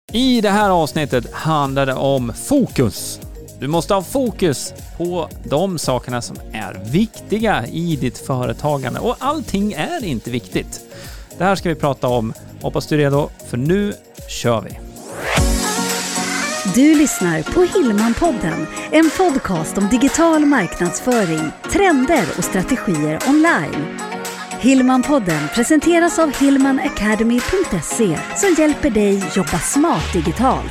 I det här avsnittet handlar det om fokus. Du måste ha fokus på de sakerna som är viktiga i ditt företagande. Och allting är inte viktigt. Det här ska vi prata om. Hoppas du är redo, för nu kör vi. Du lyssnar på Hillman-podden, en podcast om digital marknadsföring, trender och strategier online. Hillman-podden presenteras av hillmanacademy.se som hjälper dig jobba smart digitalt.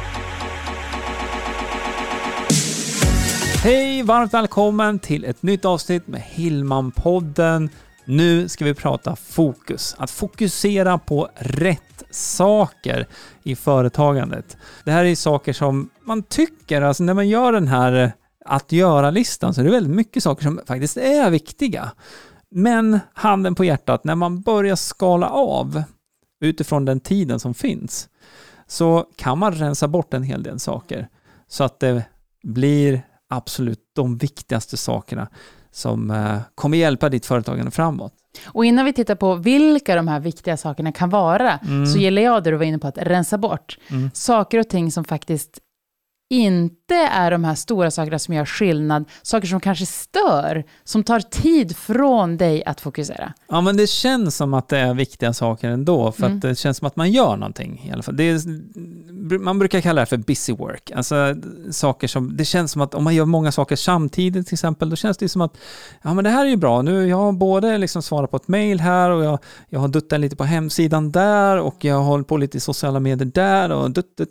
Hej, varmt välkommen till ett nytt avsnitt med Hillman-podden. Nu ska vi prata fokus. Att fokusera på rätt saker i företagandet. Det här är saker som man tycker, alltså när man gör den här att göra-listan så är det väldigt mycket saker som faktiskt är viktiga. Men handen på hjärtat, när man börjar skala av utifrån den tiden som finns så kan man rensa bort en hel del saker så att det blir absolut de viktigaste sakerna som kommer hjälpa ditt företagande framåt. Och innan vi tittar på vilka de här viktiga sakerna kan vara så gillar jag det du var inne på att rensa bort. Saker och ting som faktiskt inte är de här stora sakerna som gör skillnad. Saker som kanske stör, som tar tid från dig att fokusera. Ja, men det känns som att det är viktiga saker ändå. För att det känns som att man gör någonting i alla fall. Man brukar kalla det för busy work. Alltså saker som, det känns som att om man gör många saker samtidigt till exempel, då känns det som att ja, men det här är ju bra. Nu jag har både liksom svarat på ett mejl här och jag har duttat lite på hemsidan där och jag har hållit på lite i sociala medier där och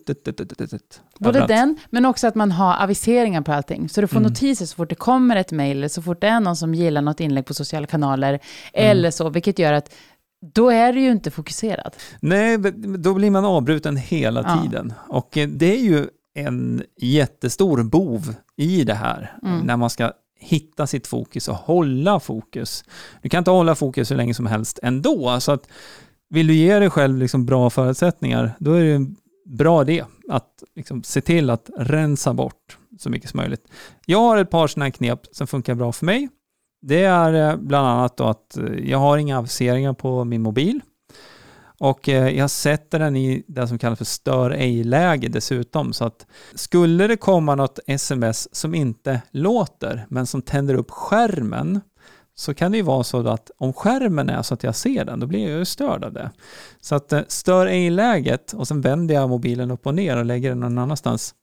Både den, men också att man har aviseringar på allting. Så du får notiser så fort det kommer ett mejl, så fort det är någon som gillar något inlägg på sociala kanaler eller så, vilket gör att då är du ju inte fokuserad. Nej, då blir man avbruten hela tiden. Och det är ju en jättestor bov i det här när man ska hitta sitt fokus och hålla fokus. Du kan inte hålla fokus så länge som helst ändå. Så att vill du ge dig själv liksom bra förutsättningar, då är det bra det att liksom se till att rensa bort så mycket som möjligt. Jag har ett par sådana här knep som funkar bra för mig. Det är bland annat då att jag har inga aviseringar på min mobil. Och jag sätter den i det som kallas för stör ej-läge dessutom. Så att skulle det komma något sms som inte låter men som tänder upp skärmen, så kan det ju vara så att om skärmen är så att jag ser den, då blir jag ju störd av det. Så att stör ej-läget och sen vänder jag mobilen upp och ner och lägger den någon annanstans.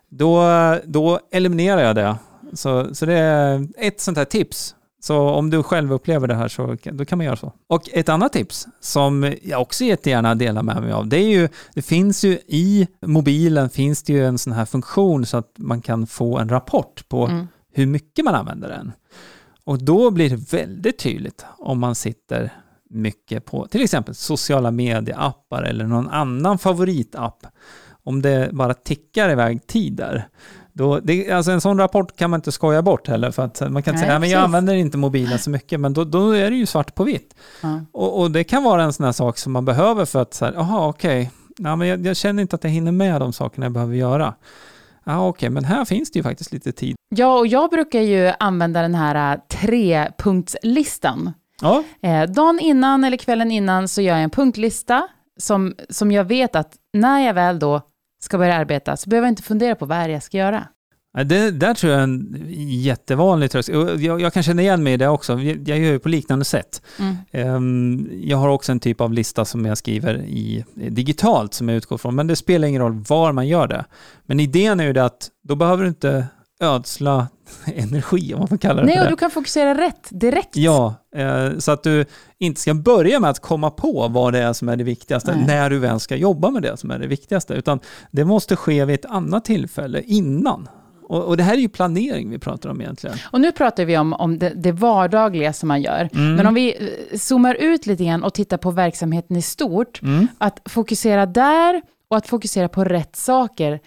Då eliminerar jag det. Så det är ett sånt här tips. Så om du själv upplever det här så då kan man göra så. Och ett annat tips som jag också jättegärna delar med mig av, det är ju, det finns ju i mobilen finns det ju en sån här funktion så att man kan få en rapport på hur mycket man använder den. Och då blir det väldigt tydligt om man sitter mycket på till exempel sociala medieappar eller någon annan favoritapp. Om det bara tickar iväg tid där. Alltså en sån rapport kan man inte skoja bort heller. För att man kan inte säga, men jag använder inte mobilen så mycket. Men då är det ju svart på vitt. Och det kan vara en sån här sak som man behöver för att säga, jaha okej. Ja, men jag känner inte att jag hinner med de sakerna jag behöver göra. Ja, okej, men här finns det ju faktiskt lite tid. Ja, och jag brukar ju använda den här 3-punktslistan. Ja. Dagen innan eller kvällen innan så gör jag en punktlista som jag vet att när jag väl då ska börja arbeta så behöver jag inte fundera på vad är jag ska göra. Det där tror jag är en jättevanlig tröst. Jag kan känna igen mig i det också. Jag gör ju på liknande sätt. Jag har också en typ av lista som jag skriver i digitalt som jag utgår från. Men det spelar ingen roll var man gör det. Men idén är ju det att då behöver du inte ödsla energi, om man får kalla det. Nej, och du kan fokusera rätt direkt. Ja, så att du inte ska börja med att komma på vad det är som är det viktigaste när du väl ska jobba med det som är det viktigaste. Utan det måste ske vid ett annat tillfälle innan. Och det här är ju planering vi pratar om egentligen. Och nu pratar vi om det vardagliga som man gör. Men om vi zoomar ut lite grann och tittar på verksamheten i stort. Att fokusera där och att fokusera på rätt saker.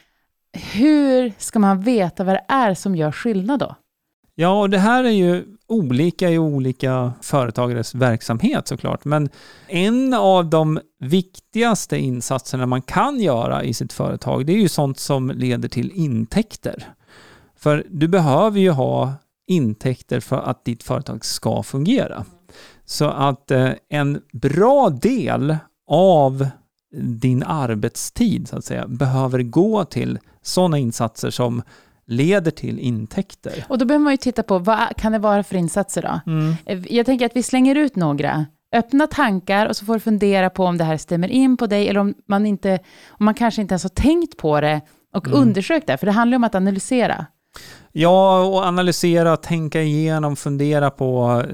Hur ska man veta vad det är som gör skillnad då? Ja, och det här är ju olika i olika företagares verksamhet såklart. Men en av de viktigaste insatserna man kan göra i sitt företag, det är ju sånt som leder till intäkter. För du behöver ju ha intäkter för att ditt företag ska fungera. Så att en bra del av din arbetstid så att säga behöver gå till sådana insatser som leder till intäkter. Och då behöver man ju titta på vad kan det vara för insatser då? Jag tänker att vi slänger ut några öppna tankar och så får du fundera på om det här stämmer in på dig eller om man kanske inte ens har tänkt på det och undersökt det, för det handlar om att analysera. Ja, och analysera, tänka igenom, fundera på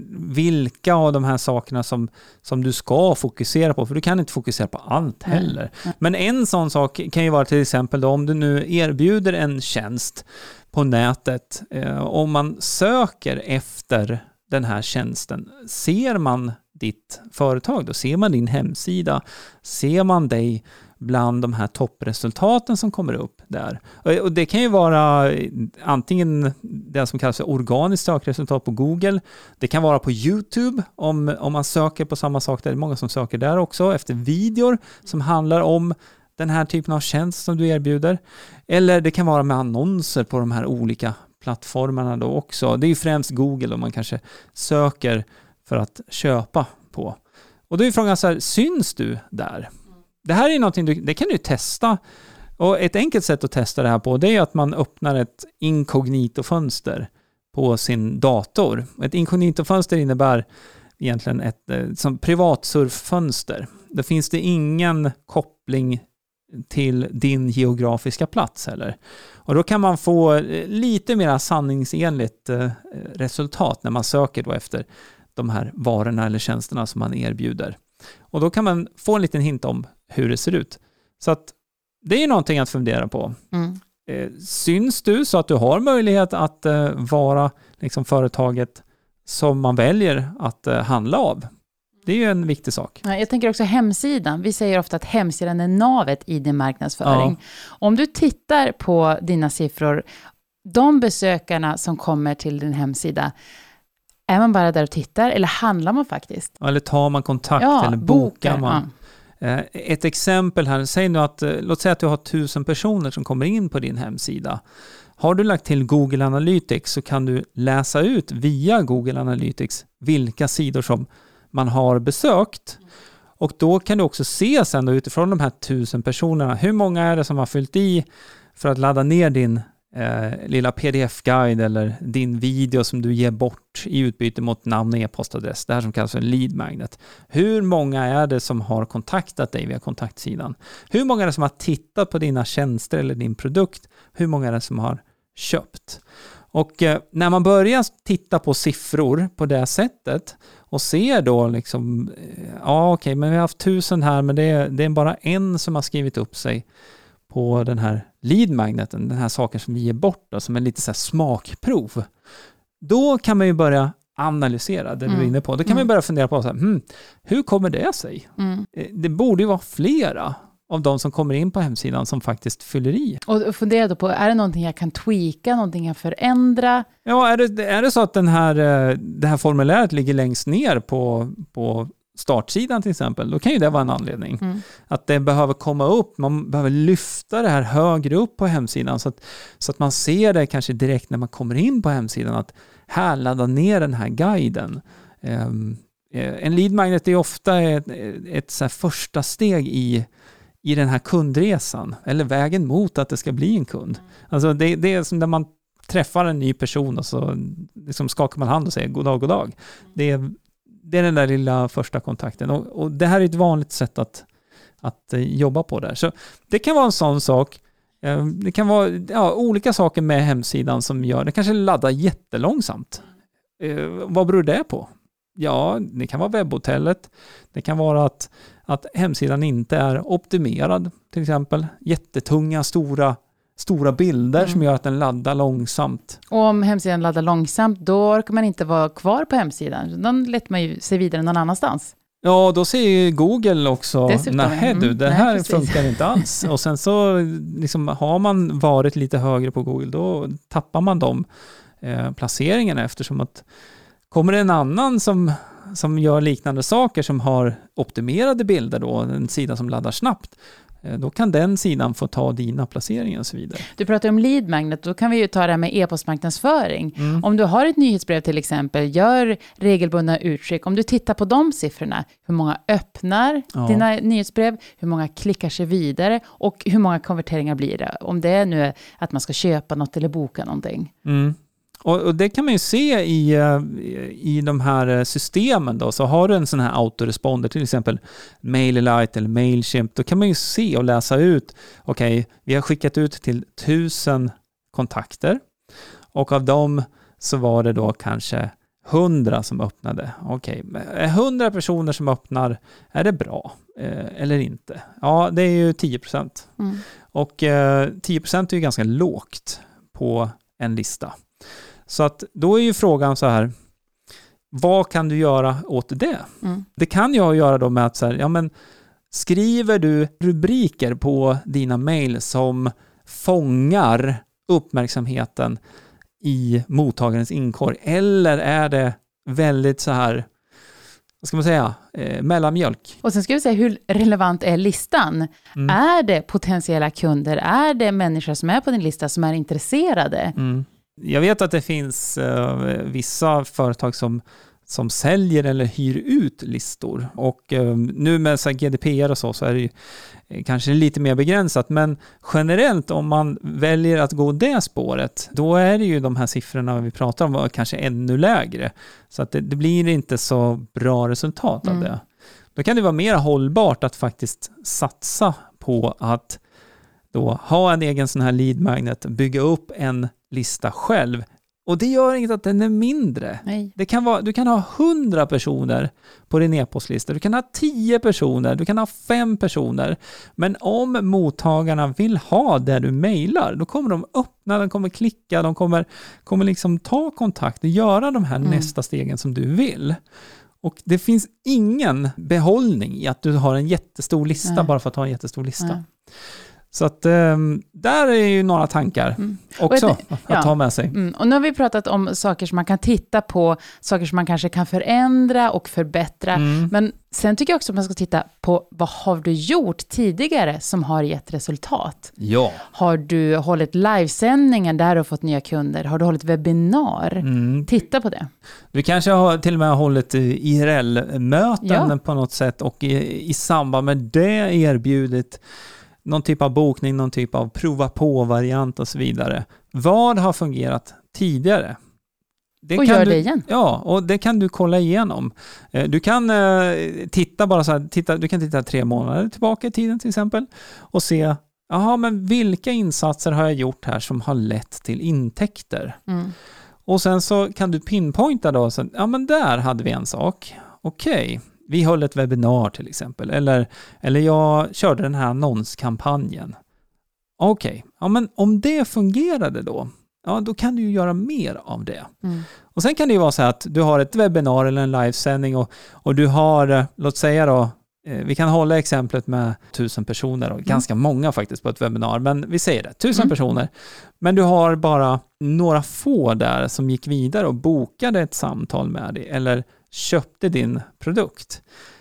vilka av de här sakerna som du ska fokusera på. För du kan inte fokusera på allt heller. Men en sån sak kan ju vara till exempel då, om du nu erbjuder en tjänst på nätet. Om man söker efter den här tjänsten, ser man ditt företag då? Ser man din hemsida? Ser man dig bland de här toppresultaten som kommer upp där? Och det kan ju vara antingen det som kallas för organiskt sökresultat på Google. Det kan vara på YouTube om man söker på samma sak. Det är många som söker där också efter videor som handlar om den här typen av tjänst som du erbjuder. Eller det kan vara med annonser på de här olika plattformarna då också. Det är ju främst Google om man kanske söker för att köpa på. Och då är frågan så här, syns du där? Det här är någonting det kan du testa. Och ett enkelt sätt att testa det här på, det är att man öppnar ett inkognito-fönster på sin dator. Ett inkognito-fönster innebär egentligen ett som privatsurffönster. Då finns det ingen koppling till din geografiska plats heller. Och då kan man få lite mer sanningsenligt resultat när man söker då efter de här varorna eller tjänsterna som man erbjuder. Och då kan man få en liten hint om hur det ser ut. Så att det är någonting att fundera på. Syns du så att du har möjlighet att vara liksom företaget som man väljer att handla av? Det är ju en viktig sak. Jag tänker också hemsidan. Vi säger ofta att hemsidan är navet i din marknadsföring. Ja. Om du tittar på dina siffror, de besökarna som kommer till din hemsida, är man bara där och tittar eller handlar man faktiskt? Eller tar man kontakt eller bokar man? Ja. Ett exempel här, säg nu att låt säga att du har 1000 personer som kommer in på din hemsida. Har du lagt till Google Analytics så kan du läsa ut via Google Analytics vilka sidor som man har besökt. Och då kan du också se sen då, utifrån de här 1000 personerna, hur många är det som har fyllt i för att ladda ner din lilla pdf-guide eller din video som du ger bort i utbyte mot namn och e-postadress. Det här som kallas för lead magnet. Hur många är det som har kontaktat dig via kontaktsidan? Hur många är det som har tittat på dina tjänster eller din produkt? Hur många är det som har köpt? Och när man börjar titta på siffror på det sättet och ser då liksom, okej, men vi har haft 1000 här, men det är bara en som har skrivit upp sig på den här lead-magneten, den här saken som vi ger bort då, som är lite så här smakprov. Då kan man ju börja analysera det du är inne på. Då kan man börja fundera på så här, hur kommer det sig? Det borde ju vara flera av de som kommer in på hemsidan som faktiskt fyller i. Och fundera då på, är det någonting jag kan tweaka, någonting jag förändra? Ja, är det så att det här formuläret ligger längst ner på startsidan till exempel, då kan ju det vara en anledning. Att det behöver komma upp, man behöver lyfta det här högre upp på hemsidan så att man ser det kanske direkt när man kommer in på hemsidan, att här ladda ner den här guiden. En lead magnet är ofta ett så här första steg i den här kundresan eller vägen mot att det ska bli en kund. Alltså det är som när man träffar en ny person och så liksom skakar man hand och säger god dag. Det är den där lilla första kontakten. Och det här är ett vanligt sätt att jobba på där. Så det kan vara en sån sak. Det kan vara olika saker med hemsidan som gör det. Kanske laddar jättelångsamt. Vad beror det på? Ja, det kan vara webbhotellet. Det kan vara att hemsidan inte är optimerad till exempel. Jättetunga, stora bilder som gör att den laddar långsamt. Och om hemsidan laddar långsamt, då orkar man inte vara kvar på hemsidan. Då lät man ju se vidare någon annanstans. Ja, då ser ju Google också, nej du, det här funkar inte alls. Och sen så liksom, har man varit lite högre på Google, då tappar man de placeringarna, eftersom att kommer det en annan som gör liknande saker, som har optimerade bilder då, en sida som laddar snabbt, då kan den sidan få ta dina placeringar och så vidare. Du pratar om lead magnet, då kan vi ju ta det här med e-postmarknadsföring. Om du har ett nyhetsbrev till exempel, gör regelbundna utskick. Om du tittar på de siffrorna, hur många öppnar dina nyhetsbrev, hur många klickar sig vidare och hur många konverteringar blir det. Om det är nu att man ska köpa något eller boka någonting. Och det kan man ju se i de här systemen då. Så har du en sån här autoresponder, till exempel MailerLite eller Mailchimp, då kan man ju se och läsa ut, okej, vi har skickat ut till 1000 kontakter och av dem så var det då kanske 100 som öppnade. Okej, 100 personer som öppnar, är det bra eller inte? Ja, det är ju 10%. Och 10% är ju ganska lågt på en lista. Så att då är ju frågan så här, vad kan du göra åt det? Det kan jag göra då med att så här, skriver du rubriker på dina mejl som fångar uppmärksamheten i mottagarens inkorg, eller är det väldigt så här, vad ska man säga, mellanmjölk? Och sen ska vi säga, hur relevant är listan? Är det potentiella kunder? Är det människor som är på din lista som är intresserade? Jag vet att det finns vissa företag som säljer eller hyr ut listor. Och nu med så här GDPR och så är det ju kanske lite mer begränsat. Men generellt om man väljer att gå det spåret, då är det ju de här siffrorna vi pratar om kanske ännu lägre. Så att det blir inte så bra resultat av det. Då kan det vara mer hållbart att faktiskt satsa på att då ha en egen sån här lead magnet, bygga upp en lista själv. Och det gör inget att den är mindre. Nej. Du kan ha 100 personer på din e-postlista. Du kan ha 10 personer. Du kan ha 5 personer. Men om mottagarna vill ha det du mejlar, då kommer de öppna, de kommer klicka, de kommer liksom ta kontakt och göra de här nästa stegen som du vill. Och det finns ingen behållning i att du har en jättestor lista bara för att ha en jättestor lista. Nej. Så att där är ju några tankar också att ta med sig. Och nu har vi pratat om saker som man kan titta på, saker som man kanske kan förändra och förbättra. Men sen tycker jag också att man ska titta på vad har du gjort tidigare som har gett resultat. Ja. Har du hållit livesändningar där du har fått nya kunder? Har du hållit webbinar? Titta på det. Du kanske har till och med hållit IRL-möten på något sätt och i samband med det erbjudit någon typ av bokning, någon typ av prova på-variant och så vidare. Vad har fungerat tidigare? Och gör det igen. Ja, och det kan du kolla igenom. Du kan titta bara så här, du kan titta 3 månader tillbaka i tiden till exempel och se, men vilka insatser har jag gjort här som har lett till intäkter? Och sen så kan du pinpointa då, så, men där hade vi en sak. Okej. Vi höll ett webbinar till exempel. Eller jag körde den här annonskampanjen. Okej. Men om det fungerade då kan du ju göra mer av det. Och sen kan det ju vara så här att du har ett webbinar eller en livesändning och du har, låt säga då, vi kan hålla exemplet med 1000 personer och ganska många faktiskt på ett webbinar, men vi säger det, 1000 personer. Men du har bara några få där som gick vidare och bokade ett samtal med dig eller köpte din produkt.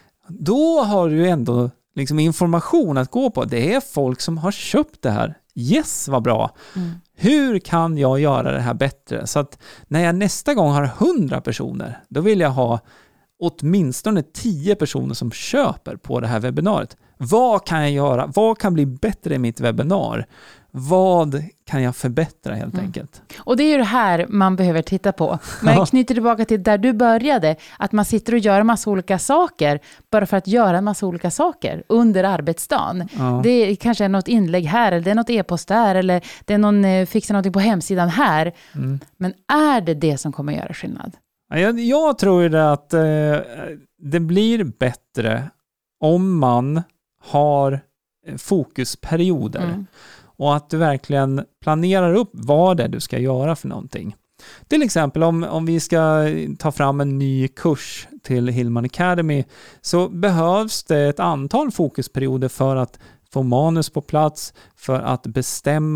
Då har du ändå liksom information att gå på. Det är folk som har köpt det här. Yes, vad bra. Hur kan jag göra det här bättre? Så att när jag nästa gång har 100 personer, då vill jag ha åtminstone 10 personer som köper på det här webbinariet. Vad kan jag göra? Vad kan bli bättre i mitt webbinar? Vad kan jag förbättra helt enkelt? Och det är ju det här man behöver titta på. Men jag knyter tillbaka till där du började. Att man sitter och gör en massa olika saker bara för att göra en massa olika saker under arbetsdagen. Det är kanske något inlägg här, eller det är något e-post där, eller det är någon fixar något på hemsidan här. Men är det som kommer göra skillnad? Jag tror ju att det blir bättre om man har fokusperioder. Och att du verkligen planerar upp vad det är du ska göra för någonting. Till exempel om vi ska ta fram en ny kurs till Hillman Academy, så behövs det ett antal fokusperioder för att få manus på plats, för att bestämma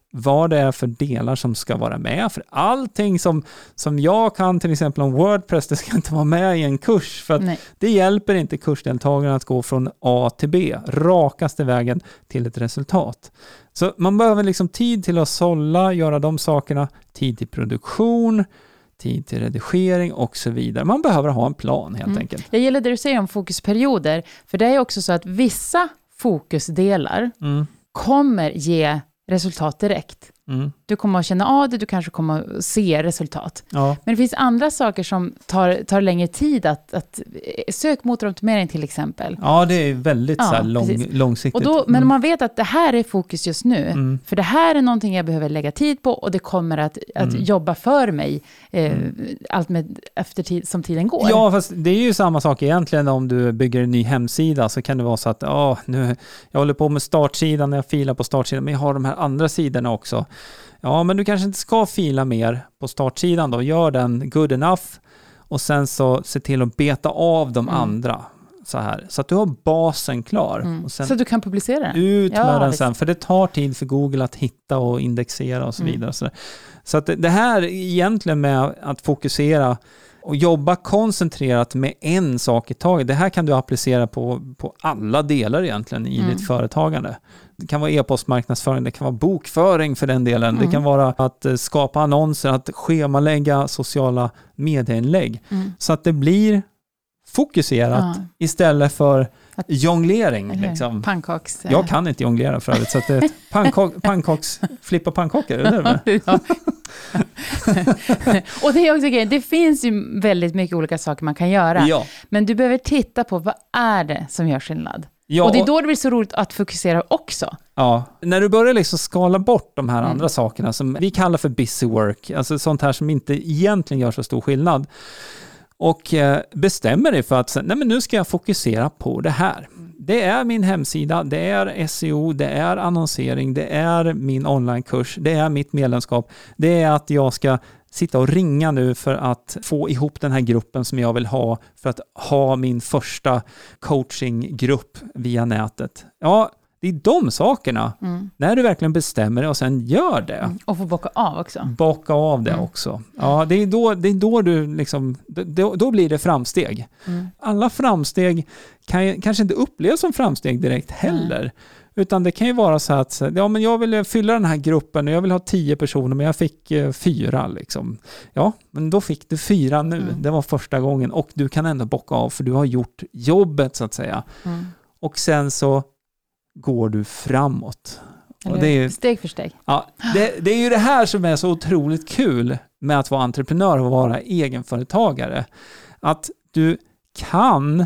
vad det är för delar som ska vara med. För allting som jag kan till exempel om WordPress, det ska inte vara med i en kurs. För att det hjälper inte kursdeltagarna att gå från A till B, rakaste vägen till ett resultat. Så man behöver liksom tid till att sålla, göra de sakerna, tid till produktion, tid till redigering och så vidare. Man behöver ha en plan helt enkelt. Jag gillar det du säger om fokusperioder, för det är också så att vissa fokusdelar kommer ge resultat direkt. Du kommer att känna av det, du kanske kommer att se resultat. Ja. Men det finns andra saker som tar längre tid att sökmotoroptimering till exempel. Ja, det är väldigt så här långsiktigt. Och då, men om man vet att det här är fokus just nu, för det här är någonting jag behöver lägga tid på och det kommer att jobba för mig allt med som tiden går. Ja, fast det är ju samma sak egentligen om du bygger en ny hemsida, så kan det vara så att nu jag håller på med startsidan, jag filar på startsidan, men jag har de här andra sidorna också. Ja, men du kanske inte ska fila mer på startsidan då. Gör den good enough och sen så se till att beta av de andra så här. Så att du har basen klar. Och sen så du kan publicera den. Ut med den sen. För det tar tid för Google att hitta och indexera och så vidare. Så att det här egentligen med att fokusera och jobba koncentrerat med en sak i taget. Det här kan du applicera på alla delar egentligen i ditt företagande. Det kan vara e-postmarknadsföring, det kan vara bokföring för den delen. Det kan vara att skapa annonser, att schemalägga sociala medieinlägg. Så att det blir fokuserat istället för jonglering. Liksom. Pannkaks. Jag kan inte jonglera för övrigt, så att det är flippa pannkakor. Eller? Ja. Och det är också grejen, det finns ju väldigt mycket olika saker man kan göra. Ja. Men du behöver titta på vad är det som gör skillnad. Ja, och det är då det blir så roligt att fokusera också. Ja, när du börjar liksom skala bort de här andra sakerna som vi kallar för busy work, alltså sånt här som inte egentligen gör så stor skillnad, och bestämmer dig för att nej, men nu ska jag fokusera på det här. Det är min hemsida, det är SEO, det är annonsering, det är min onlinekurs, det är mitt medlemskap, det är att jag ska sitta och ringa nu för att få ihop den här gruppen som jag vill ha för att ha min första coachinggrupp via nätet. Ja, det är de sakerna. När du verkligen bestämmer det och sen gör det. Och få bocka av också. Bocka av det också. Ja, det är då du liksom, då blir det framsteg. Alla framsteg kanske inte upplevs som framsteg direkt heller. Utan det kan ju vara så att men jag vill fylla den här gruppen och jag vill ha 10 personer, men jag fick 4 liksom. Ja, men då fick du 4 nu. Det var första gången och du kan ändå bocka av för du har gjort jobbet så att säga. Och sen så går du framåt. Och det är, steg för steg. Ja, det är ju det här som är så otroligt kul med att vara entreprenör och vara egenföretagare. Att du kan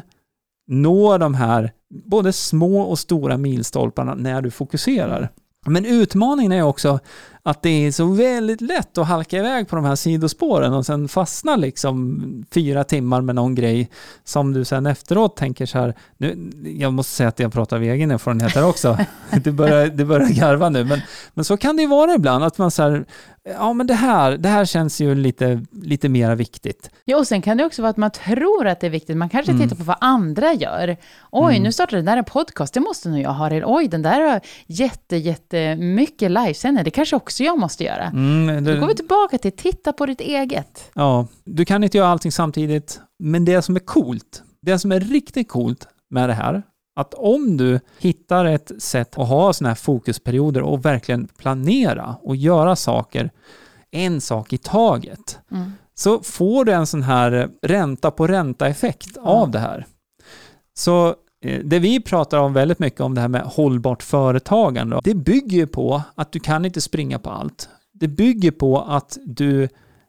nå de här både små och stora milstolparna när du fokuserar. Men utmaningen är också att det är så väldigt lätt att halka iväg på de här sidospåren och sen fastna liksom 4 timmar med någon grej som du sen efteråt tänker så här, nu, jag måste säga att jag pratar av egen erfarenhet här också. Du börjar garva nu, men så kan det ju vara ibland att man så här, ja men det här känns ju lite mer viktigt. Ja, och sen kan det också vara att man tror att det är viktigt. Man kanske tittar på vad andra gör. Oj, nu startar den där en podcast, det måste nog jag ha. Oj, den där har jättemycket livesändningar. Det kanske också jag måste göra. Då går vi tillbaka till titta på ditt eget. Ja, du kan inte göra allting samtidigt. Men det som är coolt, det som är riktigt coolt med det här, att om du hittar ett sätt att ha såna här fokusperioder och verkligen planera och göra saker, en sak i taget, så får du en sån här ränta på ränta-effekt av det här. Så det vi pratar om väldigt mycket om det här med hållbart företagande, det bygger ju på att du kan inte springa på allt. Det bygger på att du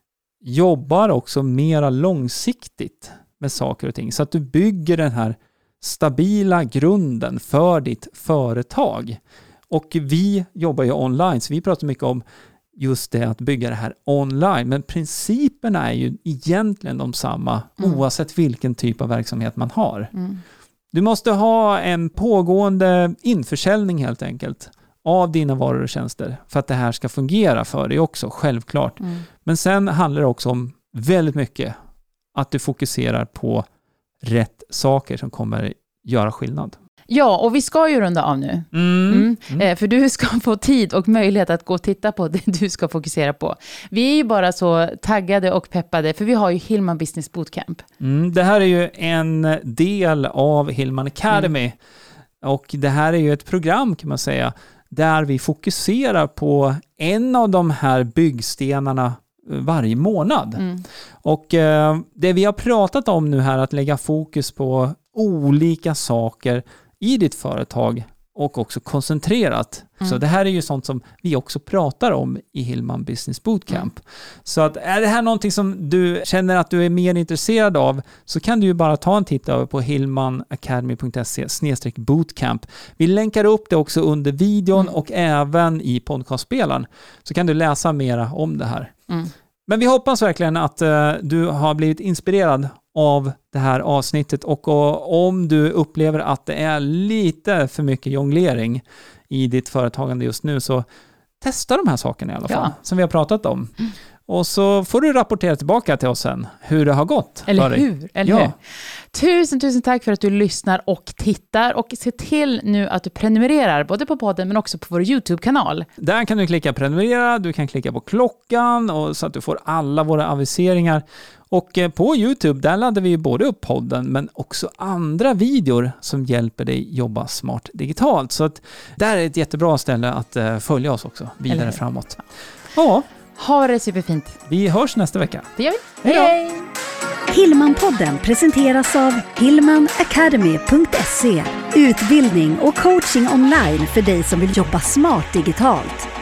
jobbar också mera långsiktigt med saker och ting. Så att du bygger den här stabila grunden för ditt företag. Och vi jobbar ju online, så vi pratar mycket om just det att bygga det här online. Men principerna är ju egentligen de samma oavsett vilken typ av verksamhet man har. Du måste ha en pågående införsäljning helt enkelt av dina varor och tjänster för att det här ska fungera för dig också, självklart. Men sen handlar det också om väldigt mycket att du fokuserar på rätt saker som kommer göra skillnad. Ja, och vi ska ju runda av nu. För du ska få tid och möjlighet att gå och titta på det du ska fokusera på. Vi är ju bara så taggade och peppade, för vi har ju Hillman Business Bootcamp. Det här är ju en del av Hillman Academy. Och det här är ju ett program, kan man säga, där vi fokuserar på en av de här byggstenarna varje månad. Och det vi har pratat om nu här, att lägga fokus på olika saker i ditt företag och också koncentrerat. Så det här är ju sånt som vi också pratar om i Hillman Business Bootcamp. Så att är det här någonting som du känner att du är mer intresserad av, så kan du ju bara ta en titt över på hillmanacademy.se/bootcamp. Vi länkar upp det också under videon och även i podcastspelaren, så kan du läsa mera om det här. Men vi hoppas verkligen att du har blivit inspirerad av det här avsnittet, och om du upplever att det är lite för mycket jonglering i ditt företagande just nu, så testa de här sakerna i alla fall, som vi har pratat om. Och så får du rapportera tillbaka till oss sen hur det har gått. Eller hur? Tusen tack för att du lyssnar och tittar, och se till nu att du prenumererar både på podden men också på vår YouTube-kanal. Där kan du klicka prenumerera, du kan klicka på klockan och så att du får alla våra aviseringar. Och på YouTube, där laddar vi både upp podden men också andra videor som hjälper dig jobba smart digitalt. Så att där är ett jättebra ställe att följa oss också vidare framåt. Ja. Ha det superfint. Vi hörs nästa vecka. Det gör vi. Hej! Hillman-podden presenteras av hillmanacademy.se. Utbildning och coaching online för dig som vill jobba smart digitalt.